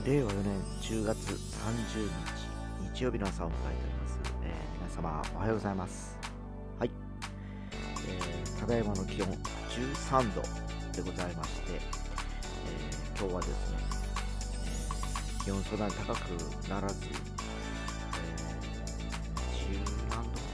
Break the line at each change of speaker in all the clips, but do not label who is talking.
令和4年10月30日日曜日の朝を迎えております。皆様おはようございます。はい、ただいまの気温13度でございまして、今日はですね、気温そんなに高くならず、10何度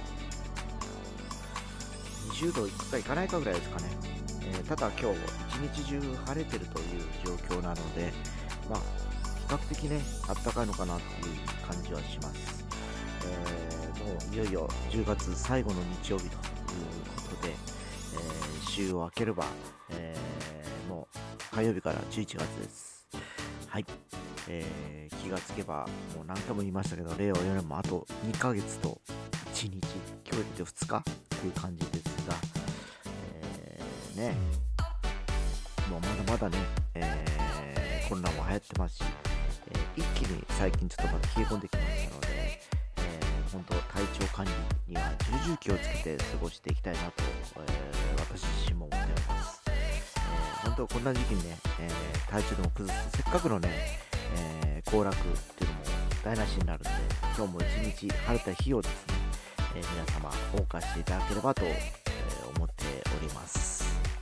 20度いくかいかないかぐらいですかね。ただ今日一日中晴れてるという状況なので、まあ比較的ね、あったかいのかなっていう感じはします。もういよいよ10月最後の日曜日ということで、週を明ければ、もう火曜日から11月です。はい、気がつけばもう何回も言いましたけど、令和4年もあと2ヶ月と1日、今日で2日という感じですが、ね、もうまだまだね、コロナも流行ってますし、一気に最近ちょっとまた冷え込んできましたので、本当体調管理には重々気をつけて過ごしていきたいなと、私自身も思っております。本当こんな時期にね、体調でも崩すとせっかくのね、行楽っていうのも台無しになるので、今日も一日晴れた日をですね、皆様謳歌していただければと、思っております。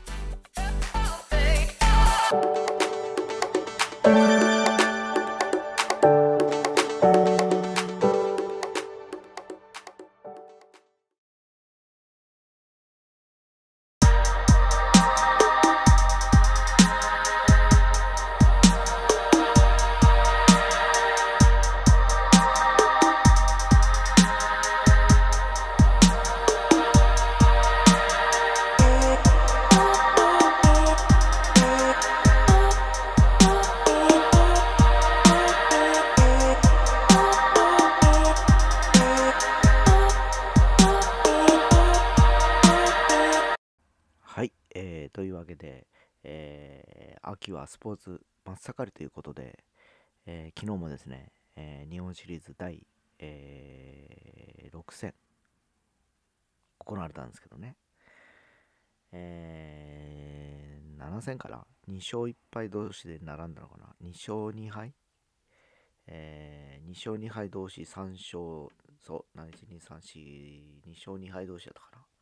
はい、というわけで、秋はスポーツ真っ盛りということで、昨日もですね、日本シリーズ第、6戦行われたんですけどね、7戦かな、2勝1敗同士で並んだのかな、2勝2敗、2勝2敗同士3勝、そう、1、2、3、4、2勝2敗同士だったかな。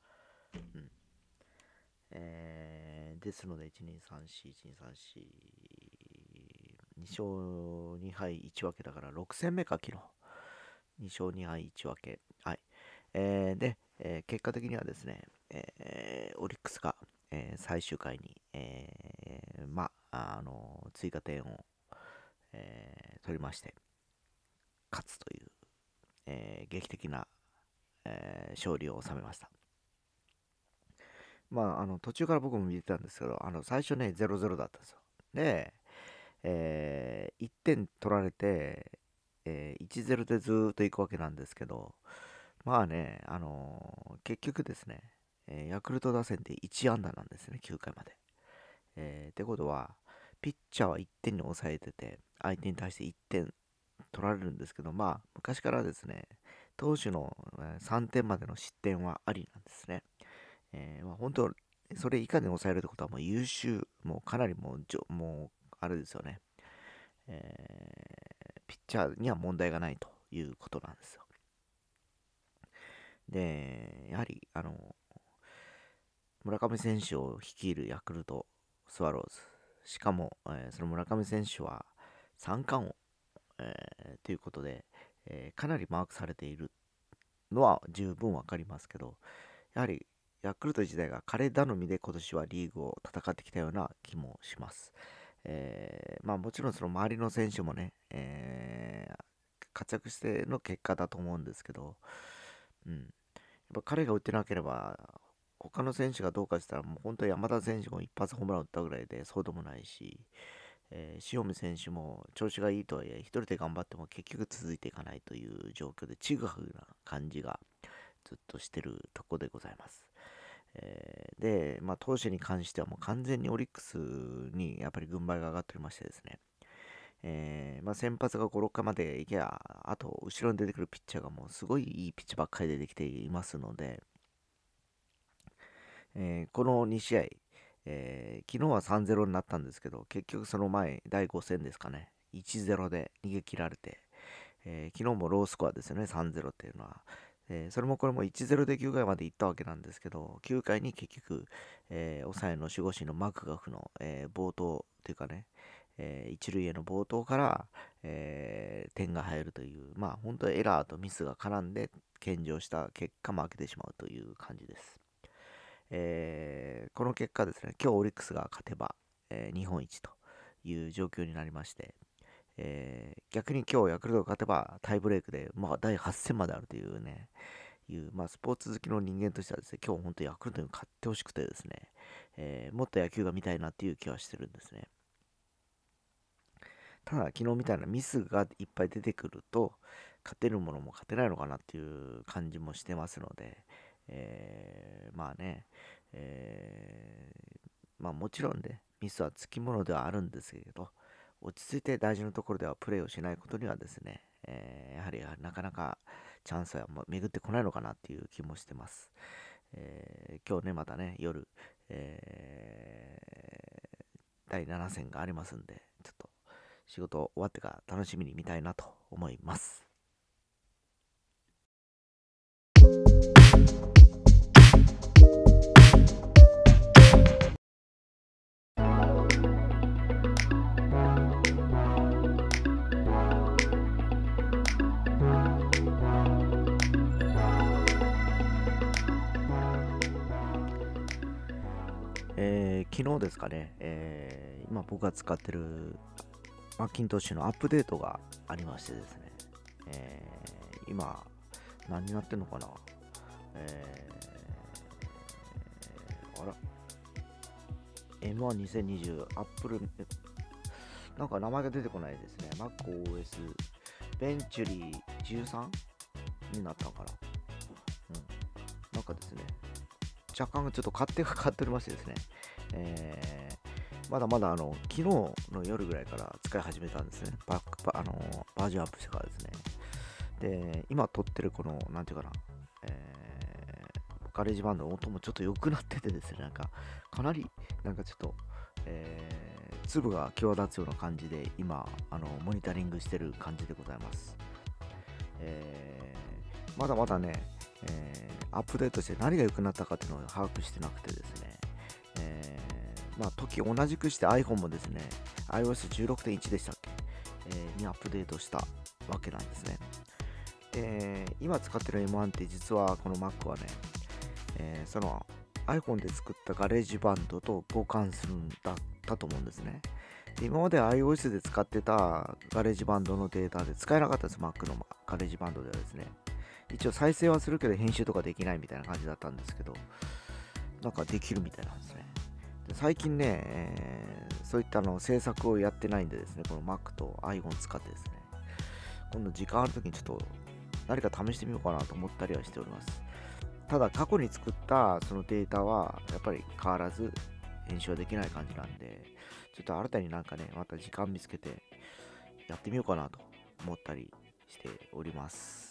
ですので、1、2、3、4、1、2、3、4、2勝2敗1分けだから6戦目か、昨日。2勝2敗1分け。はい。で、結果的にはですね、オリックスが、最終回に、追加点を、取りまして、勝つという、劇的な、勝利を収めました。途中から僕も見てたんですけど、最初ね、0-0だったんですよ。で、1点取られて、1-0でずーっといくわけなんですけど、まあね、結局ですね、ヤクルト打線で1安打なんですね、9回まで。ってことは、ピッチャーは1点に抑えてて、相手に対して1点取られるんですけど、まあ、昔からですね、投手の3点までの失点はありなんですね。本当、それ以下に抑えるってことはもう優秀、もうかなりもうあれですよね、ピッチャーには問題がないということなんですよ。で、やはり、村上選手を率いるヤクルトスワローズ、しかも、その村上選手は三冠王、ということで、かなりマークされているのは十分わかりますけど、やはりヤクルト自体が彼頼みで今年はリーグを戦ってきたような気もします。もちろんその周りの選手もね、活躍しての結果だと思うんですけど、やっぱ彼が打ってなければ他の選手がどうかしたらもう本当に山田選手も一発ホームラン打ったぐらいでそうでもないし、塩見選手も調子がいいとはいえ一人で頑張っても結局続いていかないという状況でちぐはぐな感じがずっとしてるとこでございます。で、投手に関してはもう完全にオリックスにやっぱり軍配が上がっておりましてですね、先発が5、6回までいけば、あと後ろに出てくるピッチャーがもうすごいいいピッチばっかり出てきていますので、この2試合、昨日は3-0になったんですけど、結局その前、第5戦ですかね、 1-0で逃げ切られて、昨日もロースコアですよね、3-0っていうのは。それもこれも1-0で9回まで行ったわけなんですけど、9回に結局、抑えの守護神のマクガフの、暴投というかね、一塁への暴投から、点が入るという、まあ本当にエラーとミスが絡んで献上した結果負けてしまうという感じです。この結果ですね、今日オリックスが勝てば、日本一という状況になりまして、逆に今日ヤクルトが勝てばタイブレークで、まあ、第8戦まであるというね、まあ、スポーツ好きの人間としてはですね、今日本当にヤクルトに勝ってほしくてですね、もっと野球が見たいなっていう気はしてるんですね。ただ、昨日みたいなミスがいっぱい出てくると、勝てるものも勝てないのかなっていう感じもしてますので、まあね、まあもちろんね、ミスはつきものではあるんですけれど、落ち着いて大事なところではプレーをしないことにはですね、やはりなかなかチャンスは巡ってこないのかなっていう気もしてます。今日ね、またね、夜、第7戦がありますんで、ちょっと仕事終わってから楽しみに見たいなと思います。昨日ですかね、今僕が使ってるマッキントッシュのアップデートがありましてですね、今何になってんのかな、あら M12020 アップルなんか名前が出てこないですね。 MacOS ベンチュリー 13 になったのかな。なんかですね、若干ちょっと勝手が変わっておりましてですね、まだまだ昨日の夜ぐらいから使い始めたんですね。バージョンアップしてからですね。で、今撮ってるこの、なんていうかな、ガレージバンドの音もちょっと良くなっててですね、なんか、かなり、なんかちょっと、粒が際立つような感じで、今、モニタリングしてる感じでございます。まだまだね、アップデートして何が良くなったかっていうのを把握してなくてですね、まあ、時同じくして iPhone もですね、iOS16.1 でしたっけ、にアップデートしたわけなんですね。今使ってる M1 って実はこの Mac はね、その iPhone で作ったガレージバンドと互換するんだったと思うんですね。で今まで iOS で使ってたガレージバンドのデータで使えなかったです、Mac のガレージバンドではですね。一応再生はするけど編集とかできないみたいな感じだったんですけど、なんかできるみたいなんですね。で最近ね、そういった制作をやってないんでですね、この Mac と iPhone 使ってですね、今度時間あるときにちょっと何か試してみようかなと思ったりはしております。ただ過去に作ったそのデータはやっぱり変わらず編集はできない感じなんで、ちょっと新たになんかね、また時間見つけてやってみようかなと思ったりしております。